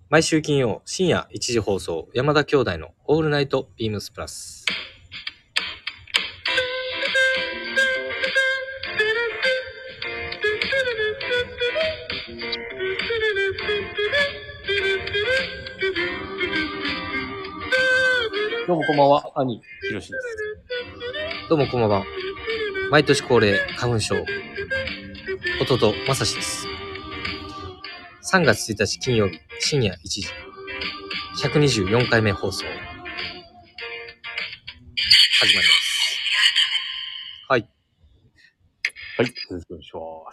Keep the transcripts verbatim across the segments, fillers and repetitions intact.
毎週金曜深夜いちじ放送、山田兄弟のオールナイトビームスプラス。 どうもこんばんは、兄、ひろしです。 どうもこんばんは。毎年恒例花粉症、弟まさしです。さんがつついたち金曜日深夜いちじ、ひゃくにじゅうよんかいめ放送始まります。はい。 はい、よろしくお願いします。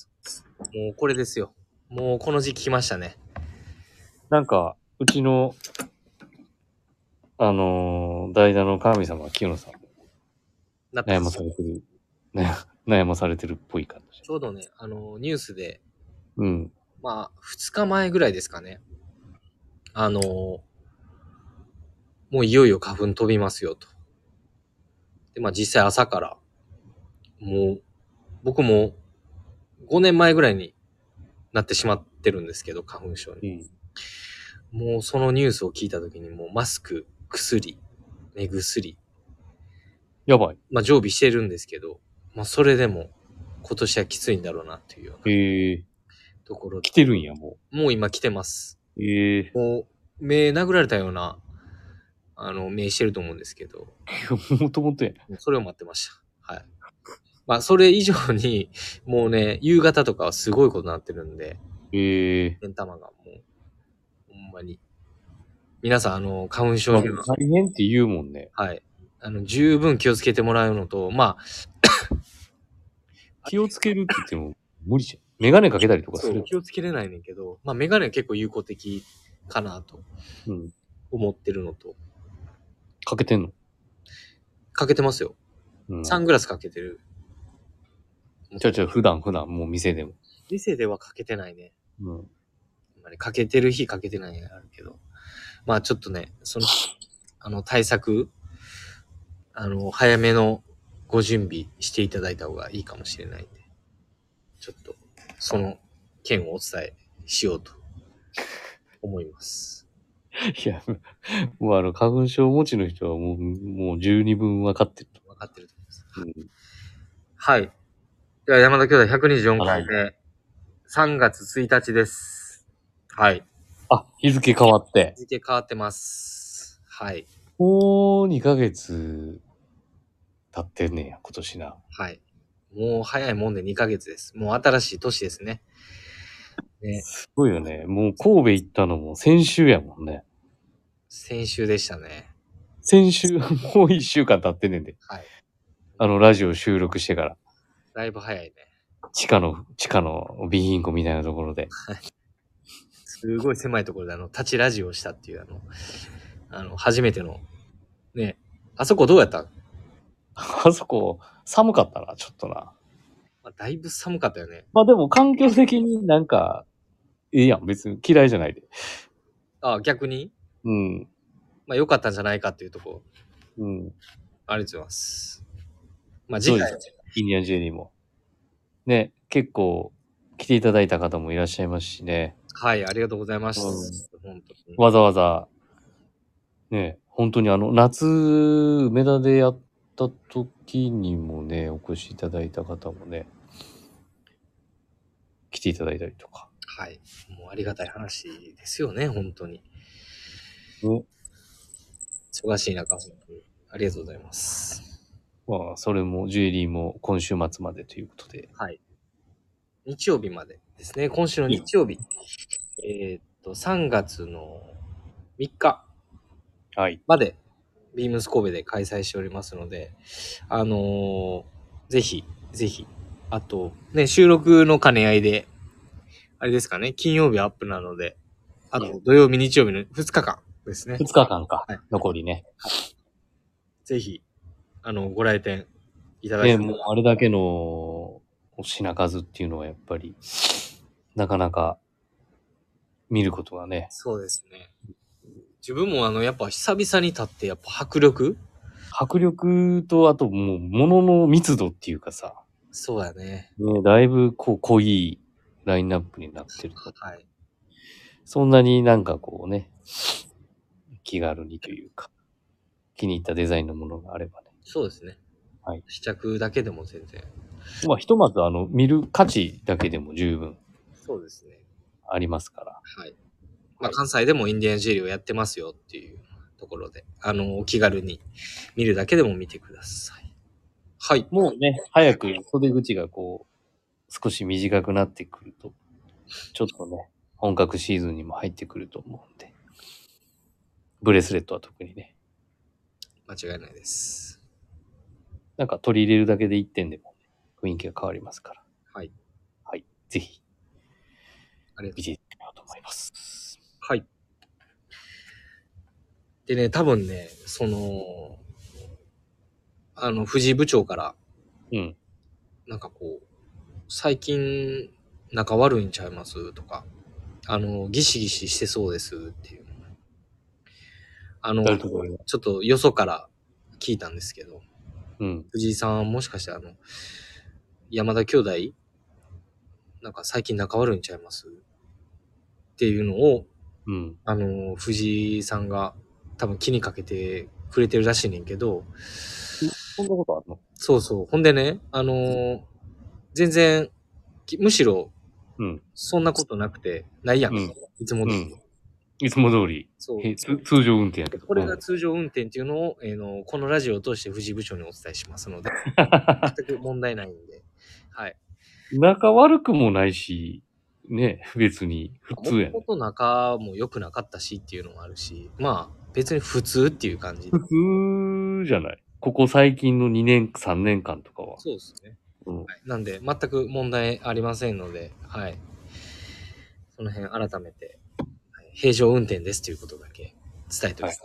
もうこれですよ。もうこの時期来ましたね。 なんか、うちの、あのー、代打の神様、清野さん、 なって悩まされてる、ね、悩まされてるっぽい感じ。 ちょうどね、あの、ニュースで、 うん。 まあ、ふつかまえぐらいですかね。あの、もういよいよ花粉飛びますよと。で、まあ実際朝から、もう、僕もごねんまえぐらいになってしまってるんですけど、花粉症に。うん、もうそのニュースを聞いたときに、もうマスク、薬、目薬。 やばい。 まあ常備してるんですけど、まあそれでも今年はきついんだろうなっていうような。 へえ。 ところで。 来てるんや、もう。もう今来てます。 ええ。 もう、目殴られたような、あの、目してると思うんですけど。 もともとや。 それを待ってました。はい。まあ、それ以上に、もうね、夕方とかはすごいことになってるんで。 ええ。 目ん玉がもう、ほんまに。皆さん、あの、花粉症には。 大変って言うもんね。 はい。あの、十分気をつけてもらうのと、まあ、 気をつけるって言っても無理じゃん。メガネかけたりとかする。 そう、気をつけれないねんけど、まあ、メガネ結構有効的かなと、思ってるのと、うん。 かけてんの？かけてますよ。うん、サングラスかけてる。 ちょちょ、普段、普段、もう店でも。 店ではかけてないね。 うん。 かけてる日かけてない日あるけど。まあちょっとね、その、あの、対策、あの、早めのご準備していただいた方がいいかもしれないんで、ちょっと、その件をお伝えしようと思います。 いや、もうあの、花粉症持ちの人はもう、もう十二分分かってると。 分かってると思います。 うん、 はい。では、山田兄弟ひゃくにじゅうよんかいめ、さんがつついたちです。はい。 あ、日付変わって。 日付変わってます。はい。 もうにかげつ経ってんねんや、今年な。 はい。もう早いもんでにかげつです。もう新しい年ですね。 ね、すごいよね。もう神戸行ったのも先週やもんね。 先週でしたね。 先週、もういっしゅうかん経ってんねんで。 はい。 あの、ラジオ収録してから。 だいぶ早いね。 地下の、地下の備品庫みたいなところで。 はい。すごい狭いところであの、立ちラジオをしたっていう、あの、あの、初めての、ね、あそこどうやった？ あそこ、寒かったな、ちょっとな。 まあ、だいぶ寒かったよね。 まあでも環境的になんか、いいやん、別に嫌いじゃないで。 ああ、逆に？ うん。 まあ良かったんじゃないかっていうところ。 うん。 ありがとうございます。まあ次回。 インディアンジェリーも。ね、結構来ていただいた方もいらっしゃいますしね。 はい、ありがとうございます。うん、 本当にわざわざ、ね、本当にあの、夏、梅田でやった時にもね、お越しいただいた方もね、来ていただいたりとか。 はい。もうありがたい話ですよね、本当に。 ね。 忙しい中、本当にありがとうございます。 まあ、それも、ジュエリーも今週末までということで。 はい。日曜日までですね。今週の日曜日。えー、っと、さんがつのみっかまで、ビームス神戸で開催しておりますので、あのー、ぜひ、ぜひ、あと、ね、収録の兼ね合いで、あれですかね、金曜日アップなので、あと土曜日、日曜日のふつかかんですね。 ふつかかんか。はい、残りね。 はい。ぜひ、あの、ご来店いただきたい。 ね、もうあれだけの品数っていうのはやっぱり、なかなか見ることがね。 そうですね。自分もあの、やっぱ久々に立ってやっぱ迫力迫力と、あともう物の密度っていうかさ。 そうやね。 ね、だいぶこう濃いラインナップになってると。 はい。 そんなになんかこうね、気軽にというか、気に入ったデザインのものがあればね。 そうですね。 はい。 試着だけでも全然。 まあ、ひとまずあの、見る価値だけでも十分そうですね。 ありますから。 はい。まあ、関西でもインディアンジェリーをやってますよっていうところで、あの、お気軽に見るだけでも見てください。はい。 もうね、早く袖口がこう、少し短くなってくると、ちょっとね、本格シーズンにも入ってくると思うんで。ブレスレットは特にね。 間違いないです。 なんか取り入れるだけでいってんでも雰囲気が変わりますから。 はい。 はい。ぜひ、 ありがとう見ていってみようと思います。 はい。でね、多分ね、その、あの、藤井部長から、 うん。 なんかこう、最近仲悪いんちゃいますとか、あの、ギシギシしてそうですっていう。あの、ちょっとよそから聞いたんですけど、 うん。 藤井さんもしかしてあの、山田兄弟なんか最近仲悪いんちゃいますっていうのを、 うん。 あの、藤井さんが多分気にかけてくれてるらしいねんけど、 そんなことあるの？ そうそう。ほんでね、あのー全然、むしろ、 うん。 そんなことなくて、ないやん。 うん。 いつも通り。 うんいつも通り。 そう。 へつ通常運転やけど。 これが通常運転っていうのを、えーのこのラジオを通して藤井部長にお伝えしますので、全く問題ないんで、はい。 仲悪くもないし、ね、別に普通やね。 もともと仲も良くなかったしっていうのもあるし、まあ、別に普通っていう感じで。 普通じゃない。ここ最近のにねん、さんねんかんとかは。 そうですね。 うん。 はい、なんで、全く問題ありませんので、はい。その辺改めて、はい、平常運転ですということだけ伝えておきます。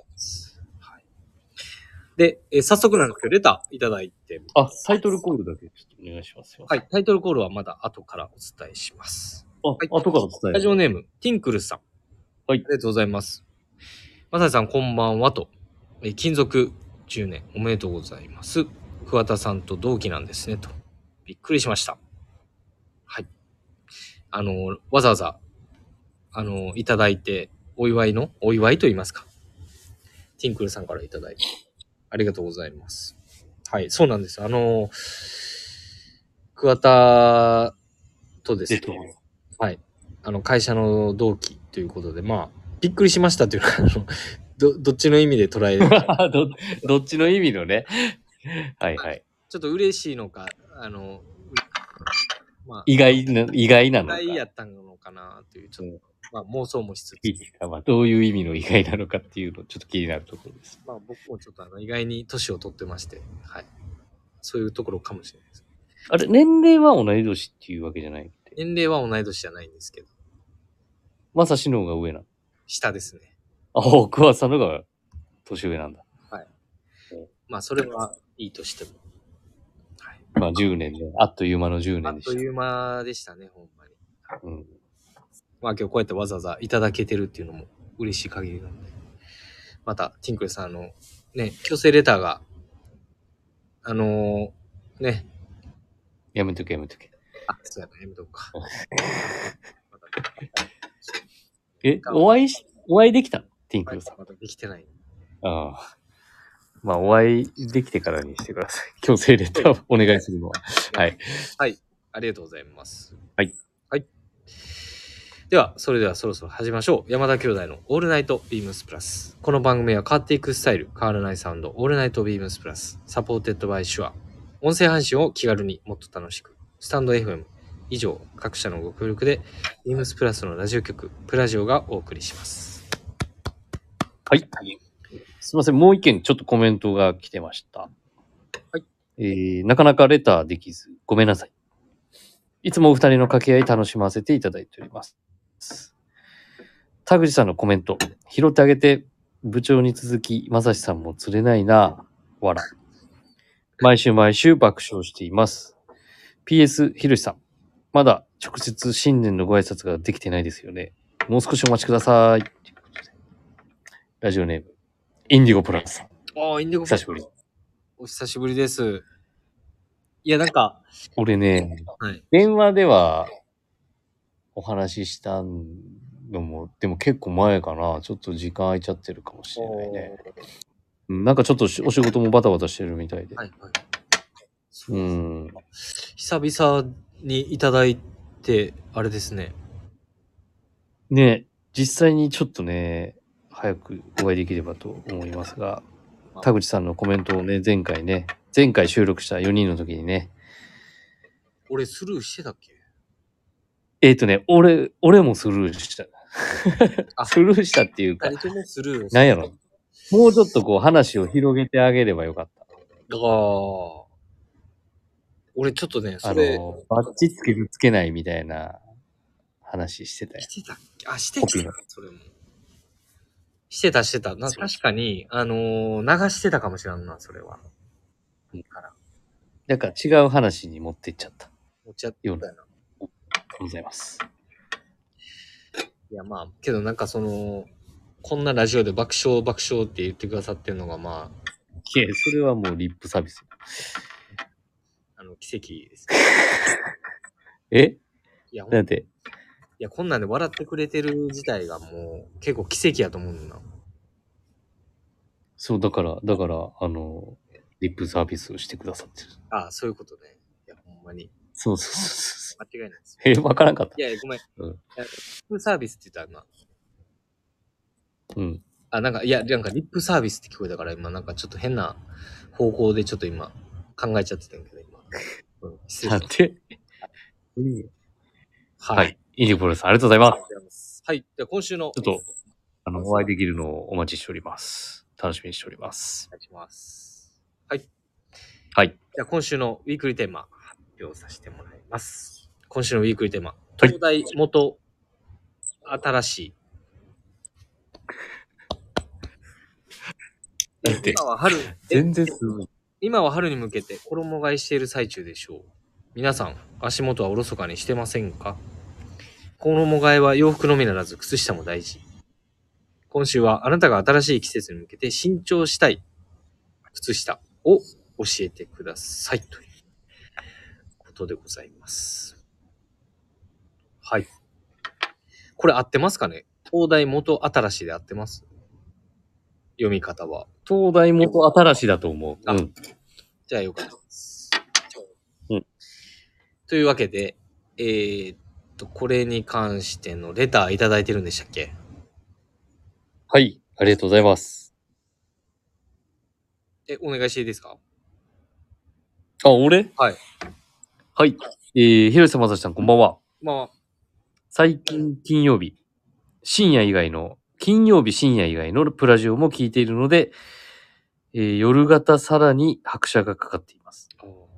はいはい、で、えー早速なんですけど、レターいただいて。 あ、タイトルコールだけちょっとお願いしますよ。 はい、タイトルコールはまだ後からお伝えします。 あ、 はい、 後から伝える。 ラジオネーム、ティンクルさん。はい。ありがとうございます。まささん、こんばんはと。えー、勤続じゅうねんおめでとうございます。桑田さんと同期なんですねと。びっくりしました。はい。あの、わざわざ、あの、いただいて、お祝いの、お祝いと言いますか。ティンクルさんからいただいて、ありがとうございます。はい、そうなんです。あの、桑田とですね、はい、あの、会社の同期ということで、まあ、びっくりしましたというか、あの、ど、どっちの意味で捉えるど、どっちの意味のね。はいはい。 ちょっと嬉しいのか、あの、まあ、 意外な、意外なのか。 意外やったのかなという、ちょっと、まあ、妄想もしつつ。 まあ、どういう意味の意外なのかっていうの、ちょっと気になるところです。 まあ、僕もちょっとあの意外に年を取ってまして、はい。そういうところかもしれないです。 あれ、年齢は同い年っていうわけじゃないって。 年齢は同い年じゃないんですけど。 まさしの方が上なの？ 下ですね。 あ、桑田さんのが年上なんだ。 はい。まあ、それはいいとしても。 はい。まあ、じゅうねんね。あっという間のじゅうねんでした。 あっという間でしたね、ほんまに。 うん。 まあ、今日こうやってわざわざいただけてるっていうのも嬉しい限りなんで。また、ティンクルさん、あの、ね、強制レターが、あのー、ね。 やめとけやめとけ。 あ、そうやな、やめとくか。 え、お会いし、お会いできたのティンクルさん。 まだできてない。 ああ。まあ、お会いできてからにしてください。強制レターをお願いするのは。はい。 はい。ありがとうございます。 はい。 はい。では、それではそろそろ始めましょう。山田兄弟のオールナイトビームスプラス。この番組は変わっていくスタイル、変わらないサウンド、オールナイトビームスプラス。サポーテッドバイシュア。音声配信を気軽にもっと楽しく。スタンド エフエム。以上、各社のご協力で、ビームスプラスのラジオ局、プラジオがお送りします。 はい。すいません。もう一件ちょっとコメントが来てました。 はい。 えー、なかなかレターできず、ごめんなさい。いつもお二人の掛け合い楽しませていただいております。田口さんのコメント、拾ってあげて、部長に続き、まさしさんも釣れないな、わら。毎週毎週爆笑しています。ピーエス、ひろしさん、まだ直接新年のご挨拶ができてないですよね。もう少しお待ちください。ラジオネーム、インディゴプラスさん。 ああ、インディゴプラス。久しぶり。お久しぶりです。いや、なんか。 俺ね、 はい、 電話ではお話ししたんのも、でも結構前かな。ちょっと時間空いちゃってるかもしれないね。うんなんかちょっとお仕事もバタバタしてるみたいで。 はいはい。 うん。 久々にいただいて、あれですね。 ね、実際にちょっとね、早くお会いできればと思いますが、田口さんのコメントをね、前回ね、前回収録したよにんの時にね、 俺スルーしてたっけ？ えっ、ー、とね、俺、俺もスルーした。 あスルーしたっていうか、 二人ともスルーなんやろ。もうちょっとこう話を広げてあげればよかった。 だから、俺ちょっとね、それ。 あの、バッチつけるつけないみたいな話してたよ。 してたっけ？あ、してた。それも。してたしてた。な確かに、あのー、流してたかもしれんな、それは。 うん。だから違う話に持ってっちゃった。 持っちゃったよな。 ありがとうございます。 いや、まあ、けどなんかその、こんなラジオで爆笑爆笑って言ってくださってるのが、まあ。 いや、それはもうリップサービス。 あの、奇跡ですね。えいや、 だって。 いや、こんなんで笑ってくれてる自体がもう結構奇跡やと思うんだ。 そう、だから、だから、あの、リップサービスをしてくださってる。 ああ、そういうことね。いや、ほんまに。 そうそうそうそう。 間違いないです。 え、わからんかった。 いやいや、ごめん。 うん。 リップサービスって言ったら今。うん。 あ、なんか、いや、なんかリップサービスって聞こえたから、今、なんかちょっと変な方向でちょっと今、考えちゃってたんだけど、今。うん、失礼しました。うん、はい。はい。 インディプロさん、ありがとうございます。 はい。では、今週の。 ちょっと、あの、お会いできるのをお待ちしております。楽しみにしております。 お願いします。はい。 はい。 じゃあ、今週のウィークリーテーマ、発表させてもらいます。今週のウィークリーテーマ、東大元、新しい。今は春、 全然すごい。 今は春に向けて衣替えしている最中でしょう。皆さん、足元はおろそかにしてませんか？衣替えは洋服のみならず靴下も大事。今週はあなたが新しい季節に向けて新調したい靴下を教えてくださいということでございます。はい。これ合ってますかね？東大元新しいで合ってます？読み方は。 東大元新しいだと思う。 あ、うん、じゃあよかったです。 うん。 というわけで、えー、っと、これに関してのレターいただいてるんでしたっけ？ はい、ありがとうございます。 え、お願いしていいですか？ あ、俺？ はい。 はい。えー、広瀬まさしさん、こんばんは。 まあ、 最近金曜日、深夜以外の、金曜日深夜以外のプラジオも聞いているので、えー、夜型さらに拍車がかかっています。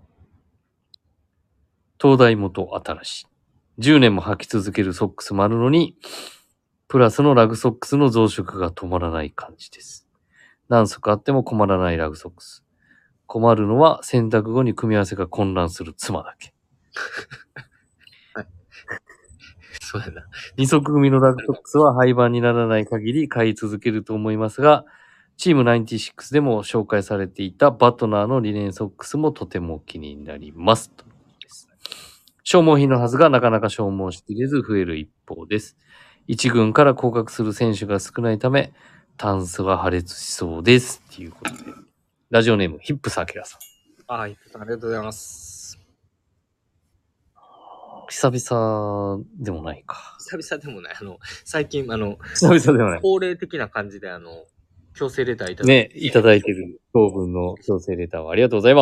東大元新しい。じゅうねんも履き続けるソックスもあるのに、プラスのラグソックスの増殖が止まらない感じです。何足あっても困らないラグソックス。困るのは洗濯後に組み合わせが混乱する妻だけ。 はい。そうやな。 二足組のラグソックスは廃盤にならない限り買い続けると思いますが、チームナインティシックスでも紹介されていたバトナーのリネンソックスもとても気になります。消耗品のはずがなかなか消耗しきれず増える一方です。一軍から降格する選手が少ないため、タンスが破裂しそうです。ということで。ラジオネーム、ヒップスアキラさん。 あ、ヒップさんありがとうございます。 久々でもないか。 久々でもない。あの、最近、あの、 久々でもない。 恒例的な感じで、あの、強制レターいただいて。ね、いただいてる当分の強制レターはありがとうございます。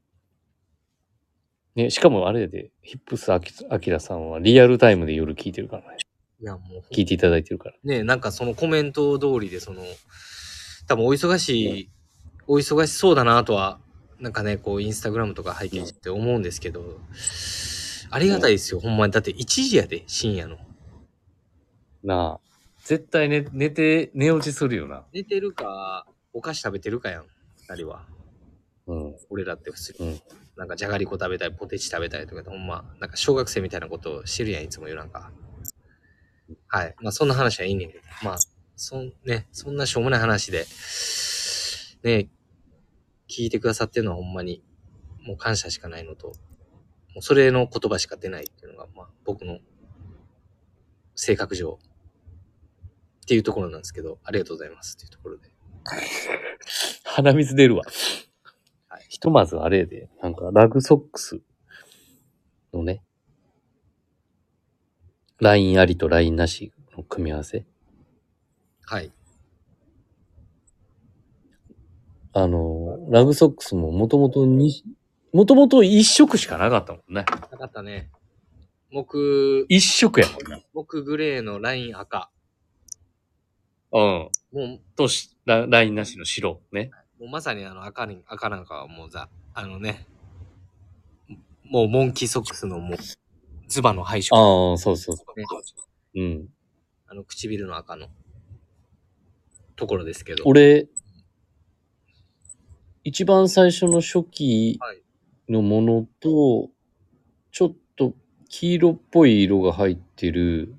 ね、しかもあれで、ヒップスアキラさんはリアルタイムで夜聞いてるからね。 いや、もう。 聞いていただいてるから。 ね、なんかそのコメント通りで、その、多分お忙しい、ね、お忙しそうだなとは、なんかね、こう、インスタグラムとか拝見して思うんですけど、うん、ありがたいですよ、うん、ほんまに。だっていちじやで、深夜の。 なあ。絶対寝、寝て、寝落ちするよな。 寝てるか、お菓子食べてるかやん、二人は。 うん。 俺らって普通に。 うん。 なんかじゃがりこ食べたり、ポテチ食べたりとかで、ほんま、なんか小学生みたいなことをしてるやん、いつも夜なんか。はい。まあそんな話はいいねんけど、まあ、そん、ね、そんなしょうもない話で、ね、聞いてくださってるのはほんまに、もう感謝しかないのと、もうそれの言葉しか出ないっていうのが、まあ僕の性格上っていうところなんですけど、ありがとうございますっていうところで。 鼻水出るわ。 はい、 ひとまずあれで、なんかラグソックスのね、ラインありとラインなしの組み合わせ。 はい。 あの、ラグソックスももともとに、もともと一色しかなかったもんね。 なかったね。木、 一色やもんな。 木グレーのライン赤。 うん。 もう、 とし、ララインなしの白ね。 もうまさにあの赤に、赤なんかはもうザ、あのね、もうモンキーソックスのもう、ズバの配色。 ああ、そうそうそね。 う。うん。 あの唇の赤のところですけど。 俺、一番最初の初期はい。 のものと、ちょっと黄色っぽい色が入ってる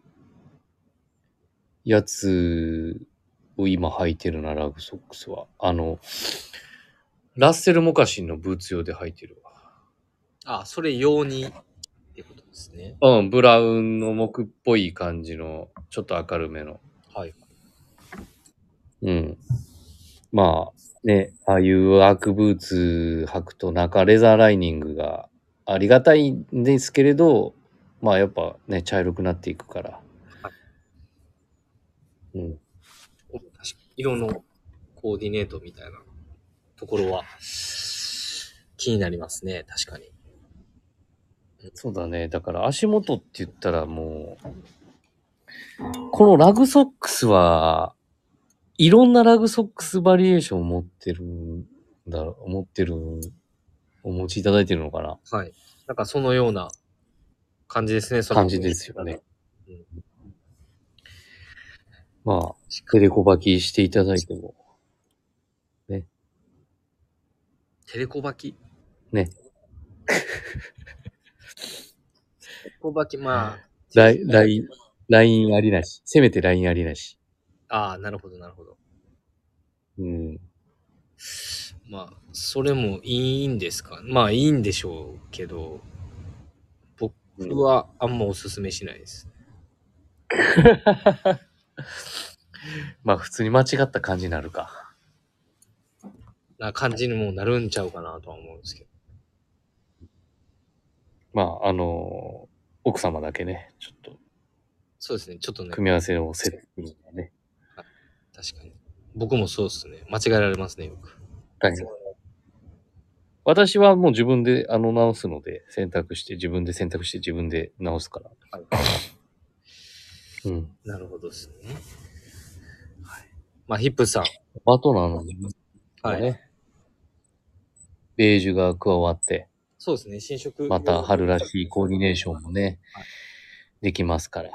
やつを今履いてるな、ラグソックスは。あの、ラッセルモカシンのブーツ用で履いてるわ。 あ、それ用にってことですね。 うん、ブラウンの木っぽい感じの、ちょっと明るめの。 はい。 うん。まあ、ね、ああいうワークブーツ履くと中レザーライニングがありがたいんですけれど、まあやっぱね、茶色くなっていくから。 はい、 うん。 確かに色のコーディネートみたいなところは気になりますね。確かに。 そうだね。だから足元って言ったらもう、このラグソックスは、いろんなラグソックスバリエーションを持ってるんだ、持ってる、お持ちいただいてるのかな。 はい。なんかそのような感じですね。その感じですよね。 うん、 まあ、テレコバキしていただいても。ね。 テレコバキね。 テレコバキ、まあ。 ライン、ライン、ラインありなし。せめてラインありなし。 ああ、なるほど、なるほど。 うん。 まあ、それもいいんですか。まあ、いいんでしょうけど、僕はあんまおすすめしないです。 まあ、普通に間違った感じになるか。 な感じにもなるんちゃうかなとは思うんですけど。 まあ、あのー奥様だけね、ちょっと、 そうですね、ちょっとね。 組み合わせをセットするのはね。 確かに。僕もそうですね。間違えられますね、よく。 大変。私はもう自分であの直すので、選択して、自分で選択して自分で直すから。 はい。 うん。 なるほどですね。はい。まあ、ヒップさん。 バトナーのね、 はい。 ね、ベージュが加わって、 そうですね、新色。 また春らしいコーディネーションもね、 はい、 できますから。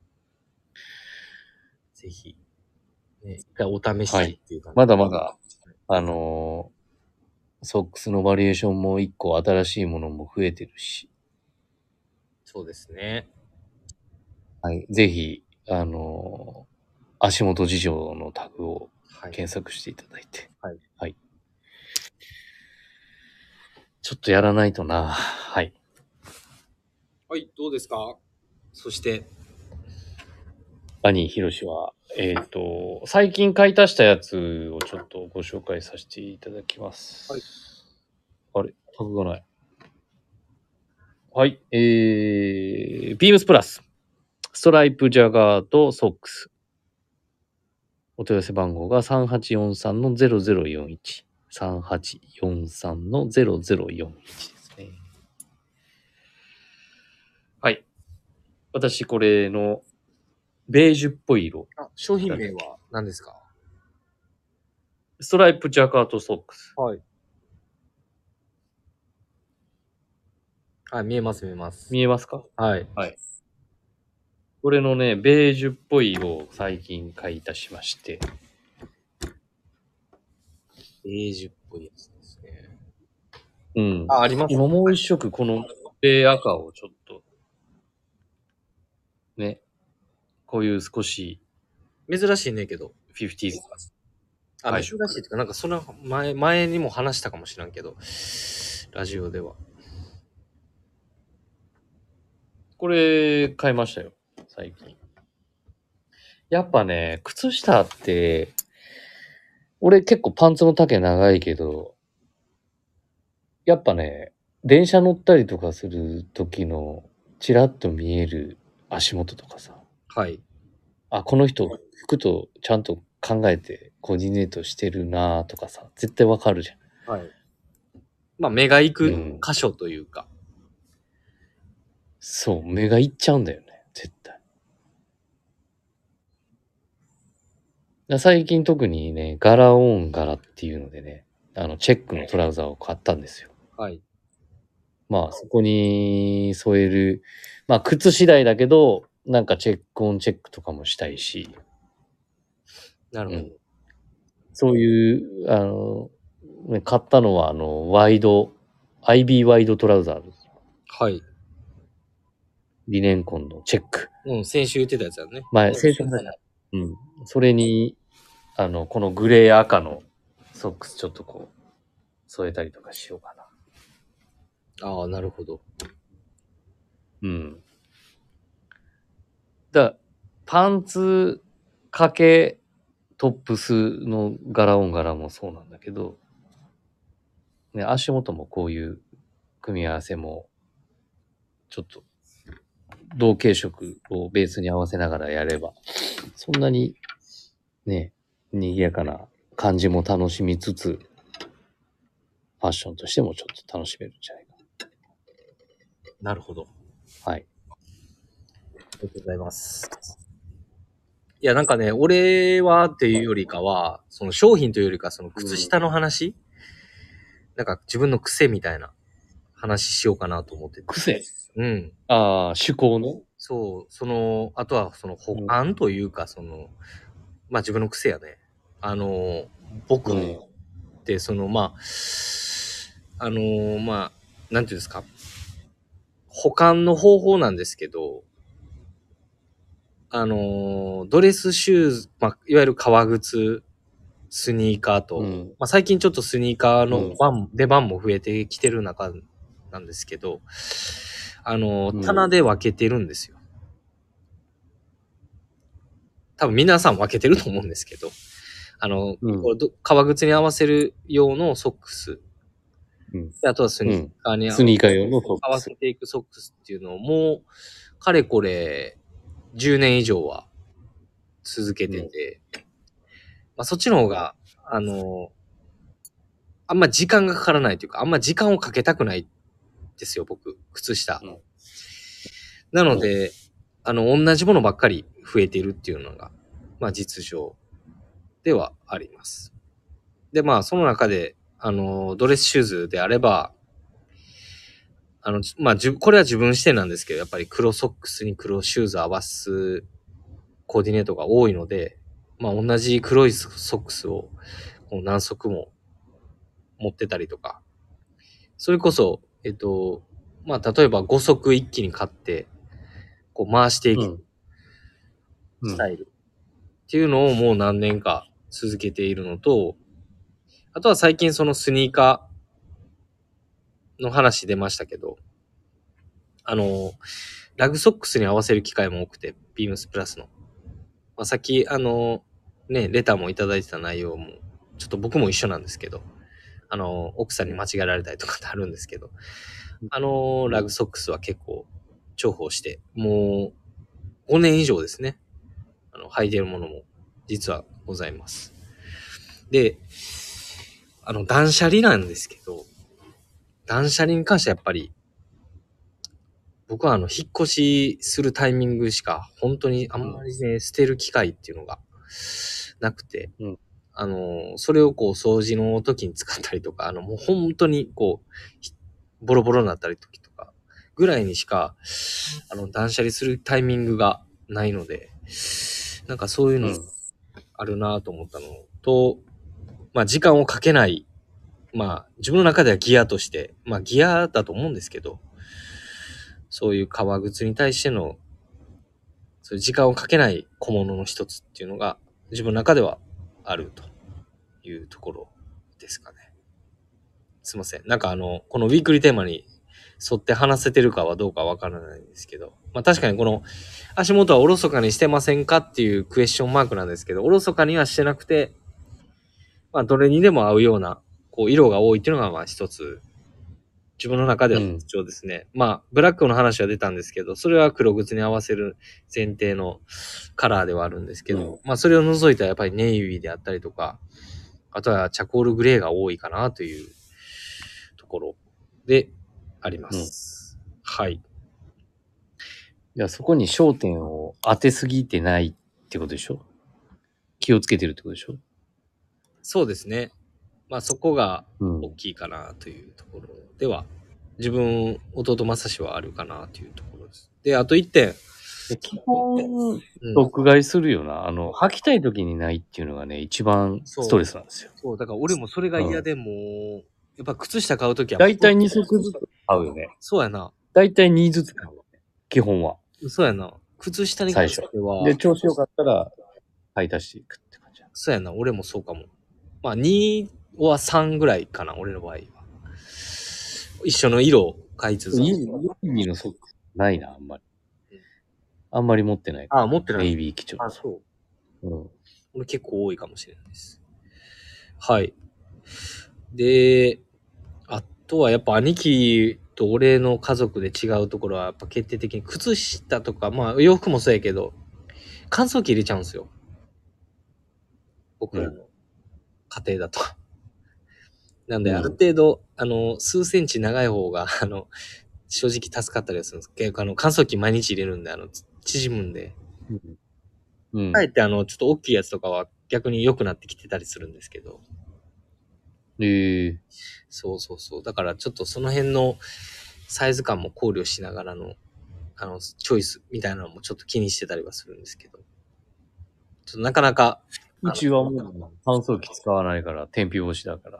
ぜひ、ね、一回お試しっていう感じ、 まだまだ、あのーソックスのバリエーションも一個新しいものも増えてるし、 そうですね。 はい。ぜひ、あのー足元事情のタグをはい。 検索していただいて。 はい。 はい。ちょっとやらないとな。はい。 はい、どうですか？そして、 兄ひろしは、えっ、と、最近買い足したやつをちょっとご紹介させていただきます。 はい。 あれタグがない。はい。えー、ビームスプラス。ストライプジャガーとソックス。お問い合わせ番号がさんはちよんさんのゼロゼロよんいち。さんはちよんさんのゼロゼロよんいちですね。はい。私、これの、ベージュっぽい色。 あ、商品名は何ですか？ ストライプジャカートソックス。 はい。はい、見えます見えます。 見えますか？ はい。 はい。これのね、ベージュっぽい色を最近買い足しまして。 ベージュっぽいやつですね。 うん。 あ、あります。 今もう一色このベー赤をちょっと、ね、こういう少し珍しいねんけど。 フィフティーズ。 あ、 はい珍しいっていうか、なんかそれは前、前にも話したかもしらんけど、ラジオでは。 これ買いましたよ、最近。 やっぱね、靴下って、俺結構パンツの丈長いけど、やっぱね、電車乗ったりとかする時のチラッと見える足元とかさ、 はい。 あ、この人服とちゃんと考えてコーディネートしてるなとかさ、絶対わかるじゃん。 はい。まあ、目が行くうん箇所というか。 そう、目がいっちゃうんだよね、絶対。だ最近特にね、柄オン柄っていうのでね、あの、チェックのトラウザーを買ったんですよ。 はい。 まあ、そこに添える、まあ、靴次第だけど、なんかチェックオンチェックとかもしたいし、 なるほど。 うん。そういう、あの、ね買ったのは、あの、ワイド、アイビー ワイドトラウザーです。 はい。 リネンコンのチェック。 うん、先週言ってたやつだね。 前、先週話した。うん。それに、あの、このグレー赤のソックスちょっとこう、添えたりとかしようかな。 ああ、なるほど。 うん。だパンツかけトップスの柄オン柄もそうなんだけど、ね、足元もこういう組み合わせも、ちょっと同系色をベースに合わせながらやれば、そんなにね、賑やかな感じも楽しみつつ、ファッションとしてもちょっと楽しめるんじゃないかなるほど。 な。はい。 ありがとうございます。いや、なんかね、俺はっていうよりかは、その商品というよりか、その靴下の話、なんか自分の癖みたいな話しようかなと思ってて。 癖うん。 ああ、趣向ね。 そう、その、あとはその補完というか、その、まあ自分の癖やね。あの、僕うん。 ってその、まあ、あの、まあ、なんていうんですか。保管の方法なんですけど、あの、ドレスシューズ、まあ、いわゆる革靴、スニーカーと、 うん。 まあ、最近ちょっとスニーカーのうん番、出番も増えてきてる中なんですけど、あの、 うん棚で分けてるんですよ。多分皆さん分けてると思うんですけど、あの、 うんこれど革靴に合わせる用のソックス、 うん。 であとはスニーカーに合スニーカー用のソッ合わクス。 せていくソックスっていうのをもう、かれこれじゅうねん以上は続けてて、まあ、そっちの方が、あの、あんま時間がかからないというか、あんま時間をかけたくないですよ、僕、靴下。 うんなので、あの、同じものばっかり増えているっていうのが、まあ実情ではあります。で、まあその中で、あの、ドレスシューズであれば、あの、まあ、じゅこれは自分視点なんですけど、やっぱり黒ソックスに黒シューズ合わすコーディネートが多いので、まあ同じ黒いソックスをこう何足も持ってたりとか、それこそ、えっと、まあ例えばご足一気に買って、こう回していくスタイルっていうのをもう何年か続けているのと、あとは最近そのスニーカーの話出ましたけど、あの、ラグソックスに合わせる機会も多くて、ビームスプラスの。まあ、さっき、あの、ね、レターもいただいてた内容も、ちょっと僕も一緒なんですけど、あの、奥さんに間違えられたりとかってあるんですけど、あの、ラグソックスは結構重宝して、もうごねん以上ですね、あの、履いてるものも実はございます。で、あの、断捨離なんですけど、断捨離に関してはやっぱり、僕はあの、引っ越しするタイミングしか、本当にあんまりね、捨てる機会っていうのがなくて、 うん、 あの、それをこう、掃除の時に使ったりとか、あの、もう本当にこう、ボロボロになったり時とか、ぐらいにしか、あの、断捨離するタイミングがないので、なんかそういうのあるなと思ったのと、まあ、時間をかけない、まあ、自分の中ではギアとして、まあ、ギアだと思うんですけど、そういう革靴に対しての、そういう時間をかけない小物の一つっていうのが、自分の中ではあるというところですかね。すいません。なんかあの、このウィークリーテーマに沿って話せてるかはどうかわからないんですけど、まあ確かにこの足元はおろそかにしてませんかっていうクエスチョンマークなんですけど、おろそかにはしてなくて、まあどれにでも合うような、こう色が多いっていうのがまあ一つ、自分の中では特徴ですね。うん、まあブラックの話は出たんですけど、それは黒靴に合わせる前提のカラーではあるんですけど、うん、まあそれを除いたらやっぱりネイビーであったりとか、あとはチャコールグレーが多いかなというところであります。うん、はい。いや、そこに焦点を当てすぎてないってことでしょ？気をつけてるってことでしょ？ そうですね。まあそこが大きいかなというところでは、うん、自分、弟正志はあるかなというところです。で、あといってん。 基本、毒買いするよな、うん。あの、履きたい時にないっていうのがね、一番ストレスなんですよ。 そう、そうだから俺もそれが嫌でも、うん、やっぱ靴下買う時は。 だいたいに足ずつ買うよね。 そうやな。 だいたいにずつ買うよね。基本は。 そうやな。靴下に関しては。 で、調子よかったら、買い足していくって感じ。 そうやな。俺もそうかも。まあ、にはさんぐらいかな、俺の場合は。一緒の色を買い続ける。 ネイビーのソックスないな、あんまり。あんまり持ってない。 ああ、持ってない。 ネイビー基調。 あ、そう。 うん。 俺結構多いかもしれないです。はい。で、あとはやっぱ兄貴と俺の家族で違うところはやっぱ決定的に靴下とか、まあ洋服もそうやけど、乾燥機入れちゃうんですよ。僕らの家庭だと。なんである程度、うん、あの、数センチ長い方が、あの、正直助かったりするんです。結構あの、乾燥機毎日入れるんで、あの、縮むんで。うん。あえてあの、ちょっと大きいやつとかは逆に良くなってきてたりするんですけど。 ええー。 そうそうそう。だからちょっとその辺のサイズ感も考慮しながらの、あの、チョイスみたいなのもちょっと気にしてたりはするんですけど。ちょっとなかなか。 うちはもう乾燥機使わないから、天日干しだから。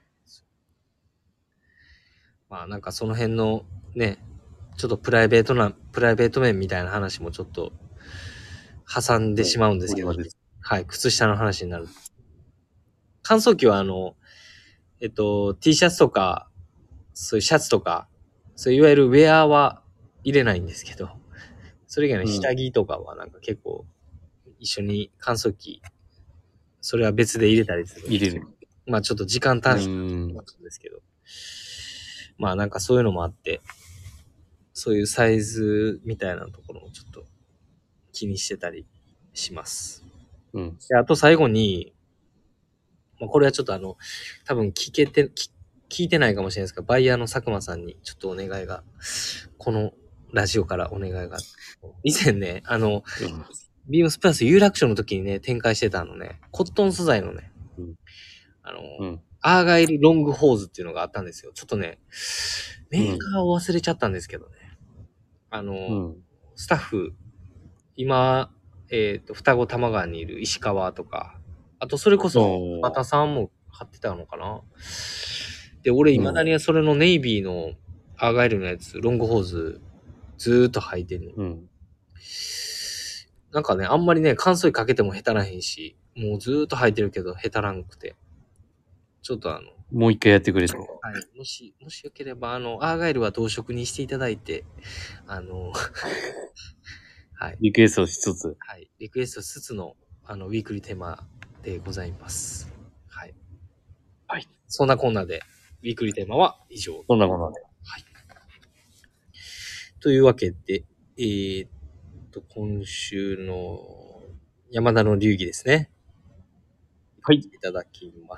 まあなんかその辺のね、ちょっとプライベートな、プライベート面みたいな話もちょっと挟んでしまうんですけど、はい、靴下の話になる。乾燥機はあの、えっと、T シャツとか、そういうシャツとか、そういういわゆるウェアは入れないんですけど、それ以外の下着とかはなんか結構一緒に乾燥機、それは別で入れたりする。 入れる。 まあちょっと時間短縮なんですけど、まあなんかそういうのもあって、そういうサイズみたいなところをちょっと気にしてたりします。 うん。 で、あと最後に、まあ、これはちょっとあの、多分聞けて、聞いてないかもしれないですが、バイヤーの佐久間さんにちょっとお願いが、このラジオからお願いが。以前ね、あの、うん、ビームスプラス有楽町の時にね、展開してたあのね、コットン素材のね、うん、あの、うん、アーガイルロングホーズっていうのがあったんですよ。ちょっとね、メーカーを忘れちゃったんですけどね。あの、うん、スタッフ、今、えっと、双子玉川にいる石川とか、あとそれこそ、バタさんも買ってたのかな。で、俺、未だにそれのネイビーのアーガイルのやつ、ロングホーズ、ずーっと履いてるの。うん、なんかね、あんまりね、乾燥機かけてもへたらへんし、もうずーっと履いてるけど、へたらんくて。ちょっとあの、 もう一回やってくれと。 はい。もし、もしよければ、あの、アーガイルは同色にしていただいて、あの、はい。 リクエストしつつ。 はい。リクエストしつつの、あの、ウィークリーテーマでございます。はい。 はい。 そんなこんなで、ウィークリーテーマは以上。 そんなこんなで。 はい。というわけで、えー、っと、今週の山田の流儀ですね。 はい。 いただきます。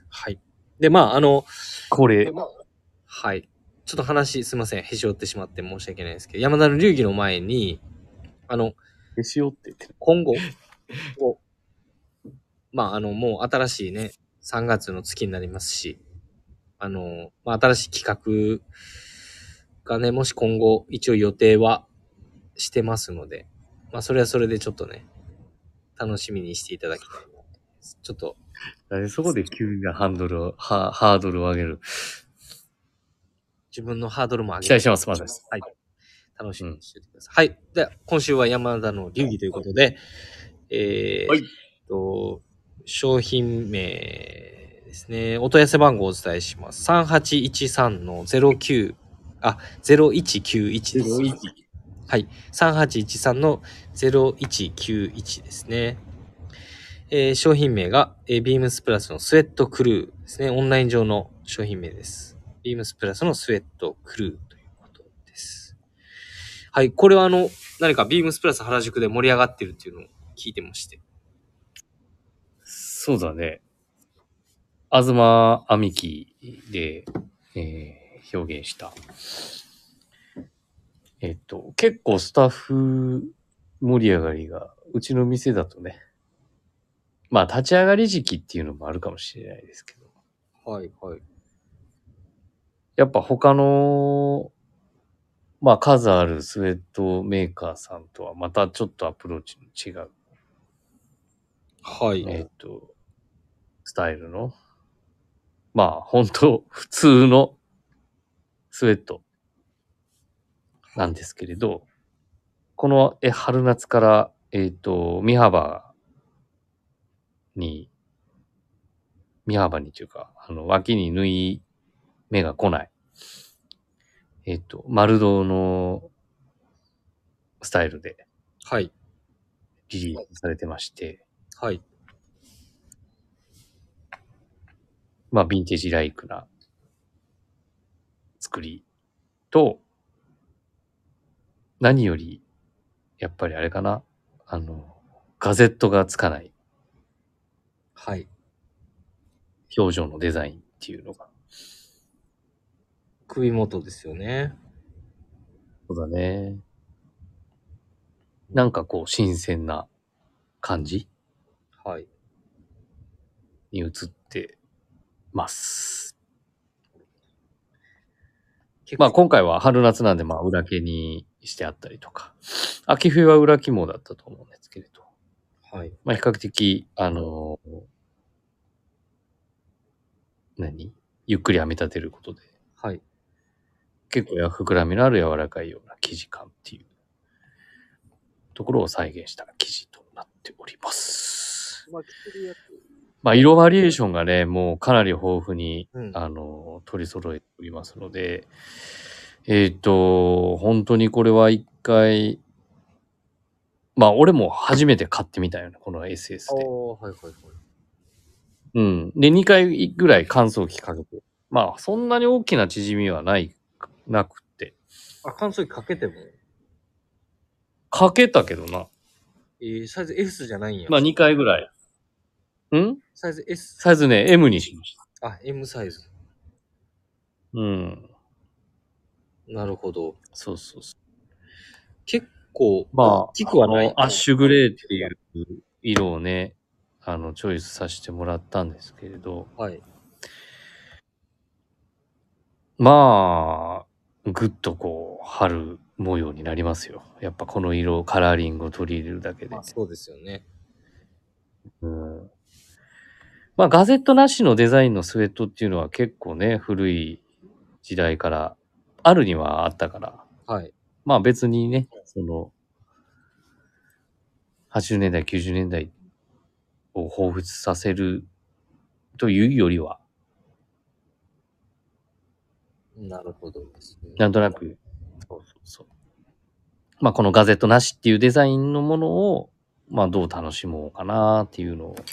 はい。で、まあ、あの、 これ。 はい。ちょっと話、すいません。へし折ってしまって申し訳ないですけど、山田の流儀の前に、あの、 へし折って言ってる。 今後、まあ、あの、もう新しいね、さんがつの月になりますし、あの、まあ、新しい企画がね、もし今後、一応予定はしてますので、まあ、それはそれでちょっとね、楽しみにしていただきたいな。ちょっと。 そこで急にハンドルを、ハハードルを上げる。 自分のハードルも上げる。 期待します、まず。 はい。楽しみにしててください。うん、はい。で、今週は山田の流儀ということで、えー、はい。と、商品名ですね。お問い合わせ番号をお伝えします。さんはちいちさんのゼロきゅうあ、ゼロいちきゅういちです。 ゼロいち。 はい。さんはちいちさんのゼロいちきゅういちですね。えー商品名が、えービームスプラスのスウェットクルーですね。オンライン上の商品名です。ビームスプラスのスウェットクルーということです。はい。これはあの、何かビームスプラス原宿で盛り上がってるっていうのを聞いてまして。 そうだね。東編木で、えー表現した。えっと、結構スタッフ盛り上がりが、うちの店だとね、まあ立ち上がり時期っていうのもあるかもしれないですけど、 はい、はい。 やっぱ他の、まあ数あるスウェットメーカーさんとはまたちょっとアプローチの違う、 はい。 えっと、スタイルの、まあ本当普通のスウェットなんですけれど、このえ春夏から、えっと、身幅に、身幅にというか、あの、脇に縫い目が来ない、えっと、丸胴のスタイルではい。 リリースされてまして、 はい。 まあ、ヴィンテージライクな作りと、何より、やっぱりあれかな、あの、ガゼットがつかないはい。 表情のデザインっていうのが。 首元ですよね。 そうだね。なんかこう、新鮮な感じはい。 に映ってます。まあ今回は春夏なんで、まあ裏毛にしてあったりとか、秋冬は裏肝だったと思うんですけれど、 はい。 まあ比較的、あの、何ゆっくり編み立てることで、 はい。 結構や膨らみのある柔らかいような生地感っていうところを再現した生地となっております。 まあ、着てるやつ。 まあ色バリエーションがね、もうかなり豊富に、 うん。 あの、取り揃えておりますので、えっ、と、本当にこれは一回、まあ俺も初めて買ってみたよね、この エスエス で。 おー、はいはいはい。 うん。で、にかいぐらい乾燥機かけて。まあ、そんなに大きな縮みはない、なくって。 あ、乾燥機かけてもかけたけどな。 えー、サイズ S じゃないんや。 まあ、にかいぐらい。んサイズ S。 サイズね、エム にしました。 あ、M サイズ。 うん。 なるほど。 そうそうそう。 結構、 まあ、 大きくはない。 あの、アッシュグレーっていう色をね、あの、チョイスさせてもらったんですけれど、 はい。 まあ、ぐっとこう、春模様になりますよ。やっぱこの色、カラーリングを取り入れるだけで。 まあ、そうですよね。 うん。まあ、ガゼットなしのデザインのスウェットっていうのは結構ね、古い時代からあるにはあったから、 はい。 まあ別にね、その、はちじゅうねんだい、きゅうじゅうねんだいを彷彿させるというよりは、 なるほどですね。 なんとなく、そうそうそう。まあこのガゼットなしっていうデザインのものを、まあどう楽しもうかなっていうのを、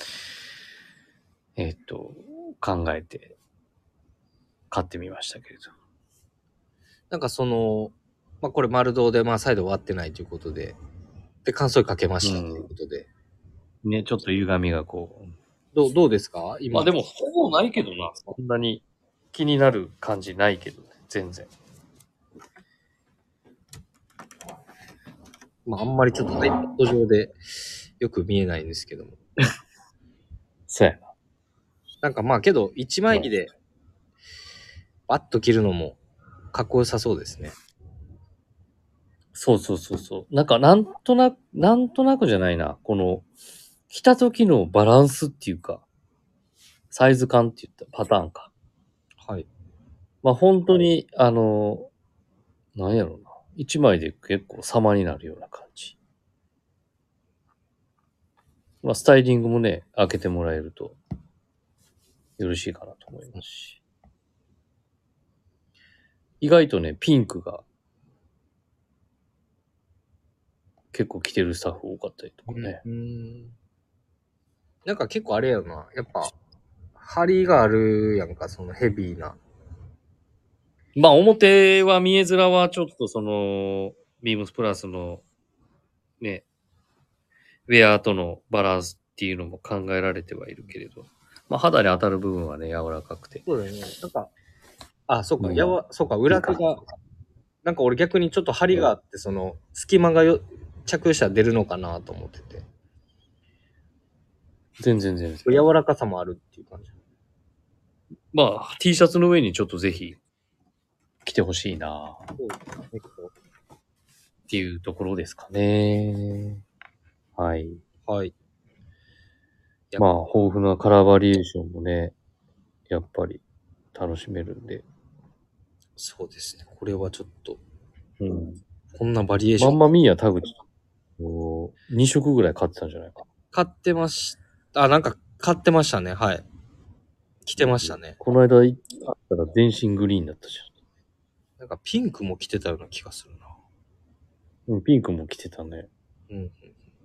えっと、考えて買ってみましたけれど。 なんかその、まあこれ丸胴で、まあサイド終わってないということで、で、乾燥機かけましたということで。 ね、ちょっと歪みがこう。 どう、どうですか今。 まあでもほぼないけどな。そんなに気になる感じないけどね。全然。 まああんまりちょっと iPad 上でよく見えないんですけども。 そうやな。 なんかまあけど、一枚着で、バッと着るのも、かっこよさそうですね。 そうそうそうそう。なんかなんとなく、なんとなくじゃないな。この、着た時のバランスっていうか、サイズ感って言ったパターンか。 はい。 まあ本当に、あの、なんやろな。一枚で結構様になるような感じ。まあスタイリングもね、開けてもらえるとよろしいかなと思いますし。 意外とね、ピンクが結構着てるスタッフ多かったりとかね。 うん。なんか結構あれやな。やっぱ、張りがあるやんか、そのヘビーな。 まあ表は見え面はちょっとその、ビームスプラスのね、ウェアとのバランスっていうのも考えられてはいるけれど、まあ肌に当たる部分はね、柔らかくて。 そうだよね。なんか、あ、そうか、 うんやわ、そうか、裏手が、なんか俺逆にちょっと張りがあって、その、隙間がよ着用したら出るのかなと思ってて。 全然全然。 柔らかさもあるっていう感じ。 まあ T シャツの上にちょっとぜひ着てほしいなそうですね。 っていうところですかね。はい。 はい。 まあ豊富なカラーバリエーションもね、やっぱり楽しめるんで。 そうですね。これはちょっと、 うん。 こんなバリエーション。 マンマミーヤ田口、に色ぐらい買ってたんじゃないか。 買ってました。あ、なんか買ってましたね。はい。着てましたね。 この間あったら全身グリーンだったじなんかピンクも着てたような気がするな。 ゃん。うん、ピンクも着てたね。 うん、うん。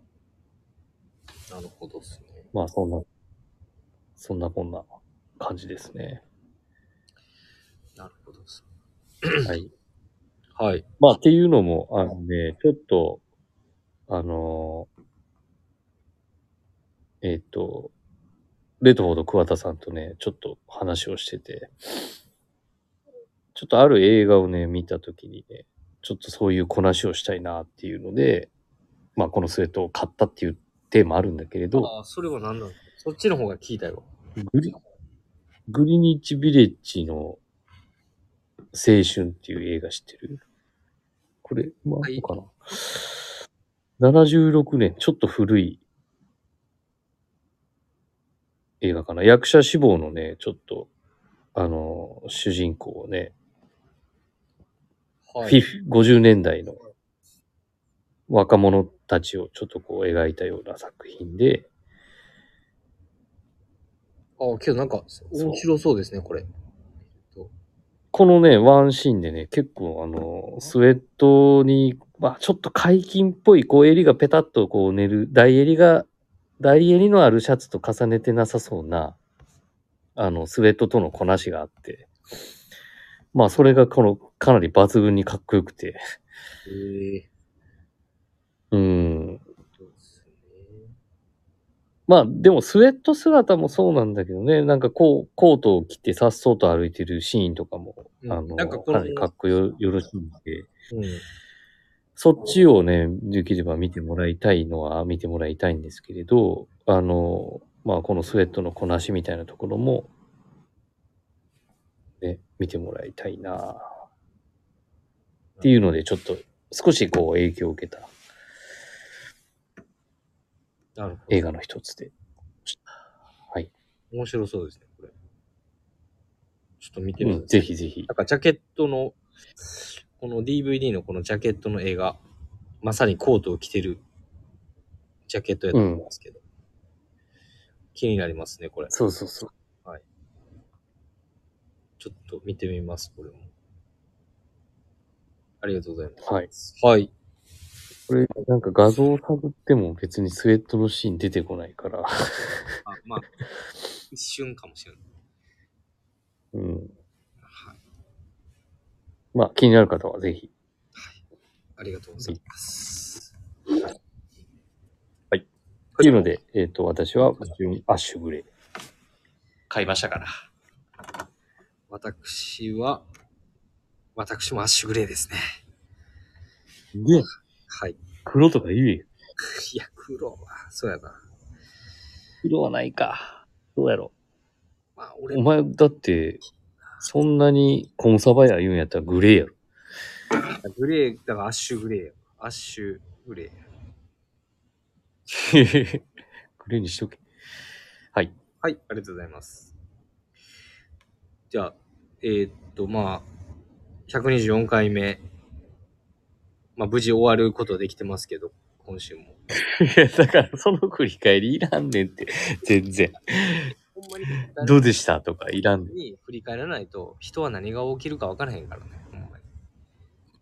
なるほどですね。 まあそんな、そんなこんな感じですね。 なるほどです。 はい。 はい。 まあっていうのも、あのね、ちょっと、あのー、えっ、と、レッドフォード桑田さんとね、ちょっと話をしてて、ちょっとある映画をね、見たときにね、ちょっとそういうこなしをしたいなっていうので、まあこのスウェットを買ったっていうテーマあるんだけれど、 ああ、それは何なんですか？そっちの方が聞いたよ。 グリ、グリニッチビレッジの青春っていう映画知ってる？これ、まあ、 はいかな。ななじゅうろくねん、ちょっと古い映画かな。役者志望のね、ちょっと、あの、主人公をね、 はフィフごじゅうねんだいの若者たちをちょっとこう描いたような作品で、 ああ、けどなんか、面白そうですね、これ。 このね、ワンシーンでね、結構あの、スウェットに、まあちょっと解禁っぽい、こう襟がペタッとこう寝る、大襟が、大襟のあるシャツと重ねてなさそうな、あの、スウェットとのこなしがあって、まあそれがこの、かなり抜群にかっこよくて、 へえ。 うん。 そうですね。 まあでもスウェット姿もそうなんだけどね、なんかこう、コートを着てさっそうと歩いてるシーンとかも、 うんあの、 なんかこのかなりかっこよよろしいんで、 うん。 そっちをね、できれば見てもらいたいのは見てもらいたいんですけれど、あの、まあ、このスウェットのこなしみたいなところも、ね、見てもらいたいなっていうので、ちょっと少しこう影響を受けたなるほど。 映画の一つで。はい。 面白そうですね、これ。ちょっと見てみて、 うん、ぜひぜひなん。かジャケットの、この ディーブイディー のこのジャケットの映画、まさにコートを着てるジャケットやと思いますけど、気になりますね、これ。 そうそうそう。 ちょっと見てみます、これも。ありがとうございます。 はい。 はい。 これ、なんか画像を探っても別にスウェットのシーン出てこないから。 あまあ、一瞬かもしれない。 うん。 はい。 まあ、気になる方はぜひ。 ありがとうございます。 はい。っていうので、えっ、と、私は普通にアッシュグレー買いましたから。 私は、私もアッシュグレーですね。 で、 はい。 黒とか言えよ。 いや、黒は、そうやな。 黒はないか。どうやろまあ、俺お前、だって、そんなにコンサバや言うんやったらグレーやろ。 グレー、だからアッシュグレーや。アッシュグレー。 グレーにしとけ。はい。 はい、ありがとうございます。じゃあ、えー、っと、まあ、ひゃくにじゅうよんかいめ、まあ、無事終わることできてますけど、今週も。 いや、だからその振り返りいらんねんって、全然。 ほんまにどうでしたとかいらんねん。 に振り返らないと、人は何が起きるか分からへんからね。ほんまに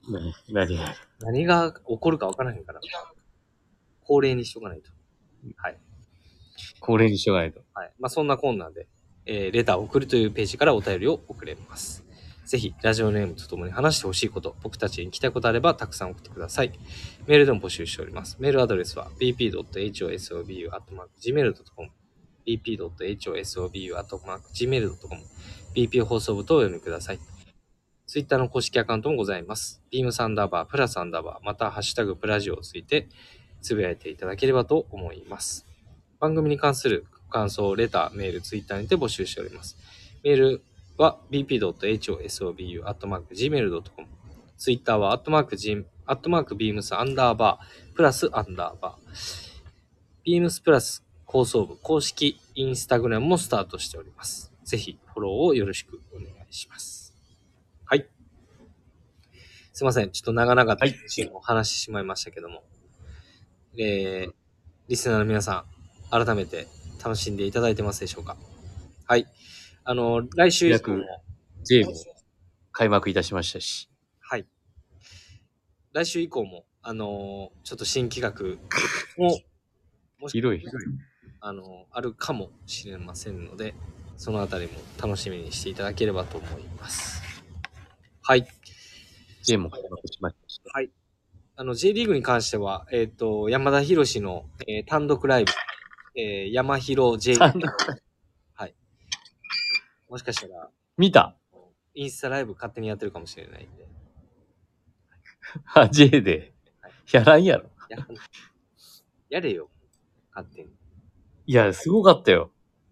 何が何が起こるか分からへんから、恒例にしとかないと。はい。 恒例にしとかないと。 はい。まあ、そんなこんなんで、えー、レターを送るというページからお便りを送れます。ぜひ、ラジオネームとともに話してほしいこと、僕たちに聞きたいことあれば、たくさん送ってください。メールでも募集しております。メールアドレスは ビーピードットエイチオーエスオービーユーアットマークジーメールドットコム ビーピードットエイチオーエスオービーユーアットマークジーメールドットコム ビーピー 放送部とお読みください。ツイッターの公式アカウントもございます。ビームサンダーバー、プラスアンダーバー、またハッシュタグプラジオをついてつぶやいていただければと思います。番組に関する感想、レター、メール、ツイッターにて募集しております。メールは ビーピードットエイチオーエスオービーユーアットマークジーメールドットコム ツイッターはアットマークジーアットマークビームスアンダーバープラスアンダーバービームスプラス放送部公式インスタグラムもスタートしております。ぜひフォローをよろしくお願いします。はい。すいません。ちょっと長々とお話ししてしまいましたけども、えー、リスナーの皆さん、改めて楽しんでいただいてますでしょうか。はい。あの、来週以降も、 J も開幕いたしましたし。 はい。来週以降も、あの、ちょっと新企画も、もし広い広い。 あの、あるかもしれませんので、そのあたりも楽しみにしていただければと思います。はい。 J も開幕しました。 はい。あの、J リーグに関しては、えっ、ー、と、山田博士の、えー、単独ライブ、えー、山広 J リーグ。はい。もしかしたら、 見たインスタライブ勝手にやってるかもしれないんで。 あ、J で。やらんやろ。 ややれよ。勝手に。 いや、すごかったよ。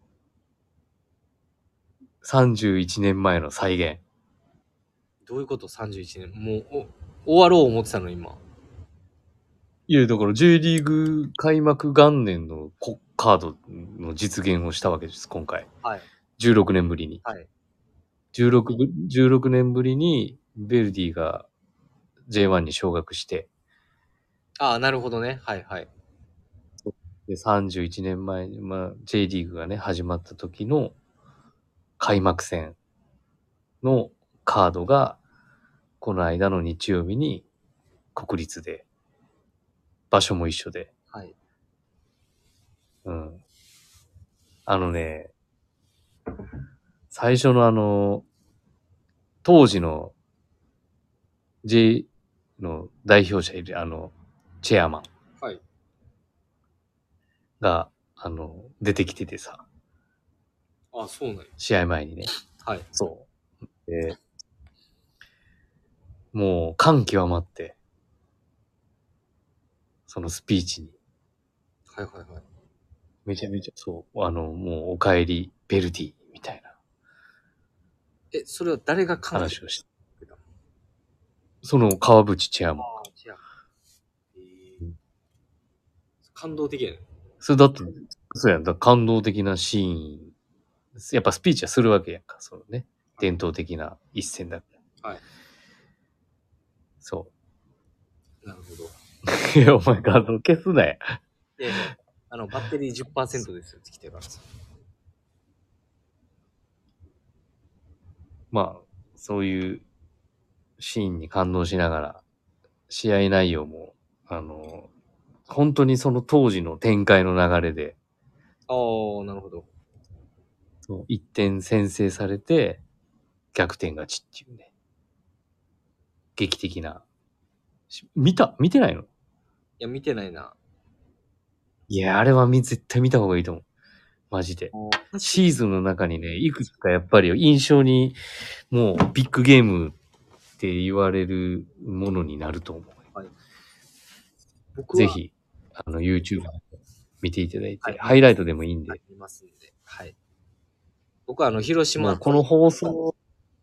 さんじゅういちねんまえの再現。 どういうこと ?さんじゅういちねん。もう、お終わろう思ってたの、今。 いや、だから J リーグ開幕元年のカードの実現をしたわけです、今回。 はい。 じゅうろくねんぶりに。 はい。 じゅうろく、じゅうろくねんぶりにベルディが ジェイワン に昇格して。 ああ、なるほどね。はいはい。 で、さんじゅういちねんまえに、まあ、J リーグがね、始まった時の開幕戦のカードが、この間の日曜日に国立で、場所も一緒で。 はい。 うん。あのね、最初のあの、当時の J の代表者いる、あの、チェアマン。 はい。 が、あの、出てきててさ。 あ、そうなんや。 試合前にね。 はい。 そう。で、もう感極まって、そのスピーチに。 はいはいはい。 めちゃめちゃ、そう、あの、もうお帰り、ベルディ、みたいな。 え、それは誰が感話をして。その川淵チェアマン。ああ、チェアマン。 えー、感動的やね。 それだって、そうやん。だ感動的なシーン。やっぱスピーチはするわけやんか。そのね。伝統的な一戦だから。はい。そう。 なるほど。 いや、お前画像消すなや。 いやいや、あの、バッテリー じゅっパーセント ですよって来てるからさ。 まあ、そういうシーンに感動しながら、試合内容も、あの、本当にその当時の展開の流れで。 ああ、なるほど。 そう一点先制されて、逆転勝ちっていうね。劇的な。見た見てないの？いや、見てないな。 いや、あれは絶対見た方がいいと思う。マジで。シーズンの中にね、いくつかやっぱり印象に、もうビッグゲームって言われるものになると思う。はい、僕はぜひ、あの、YouTube 見ていただいて、はい、ハイライトでもいいんで。はい、 見ますんで。はい。僕はあの、広島。 この放送、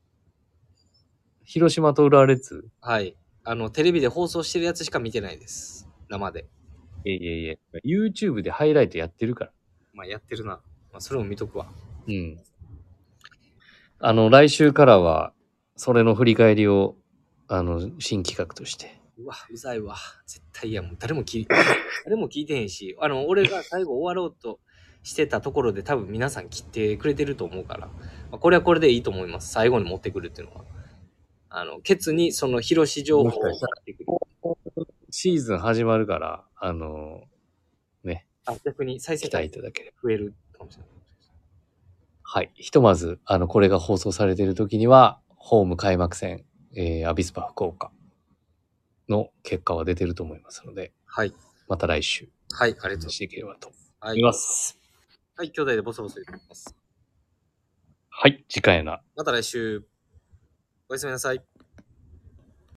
広島と浦和レッズ。 はい。あの、テレビで放送してるやつしか見てないです。生で。 いやいやいや、YouTube でハイライトやってるから。 まあ、やってるな。まあ、それも見とくわ。 うん。あの、来週からは、それの振り返りを、あの、新企画として。 うわ、うざいわ。絶対いや、もう誰も聞い、誰も聞いてへんし、あの、俺が最後終わろうとしてたところで多分皆さん切ってくれてると思うから、まあ、これはこれでいいと思います。最後に持ってくるっていうのは。 あの、ケツにそのヒロシ情報をもしかしたらシーズン始まるから、あのー、ね。 あ、逆に再生期待いただければ。 増えるかもしれない。 はい。ひとまず、あの、これが放送されている時には、ホーム開幕戦、えー、アビスパ福岡の結果は出てると思いますので、 はい。 また来週、 はい、ありがとうございます。 していければとはい。 思います。 はい、兄弟でボソボソ言ってます。 はい、次回やな。 また来週。おやすみなさい。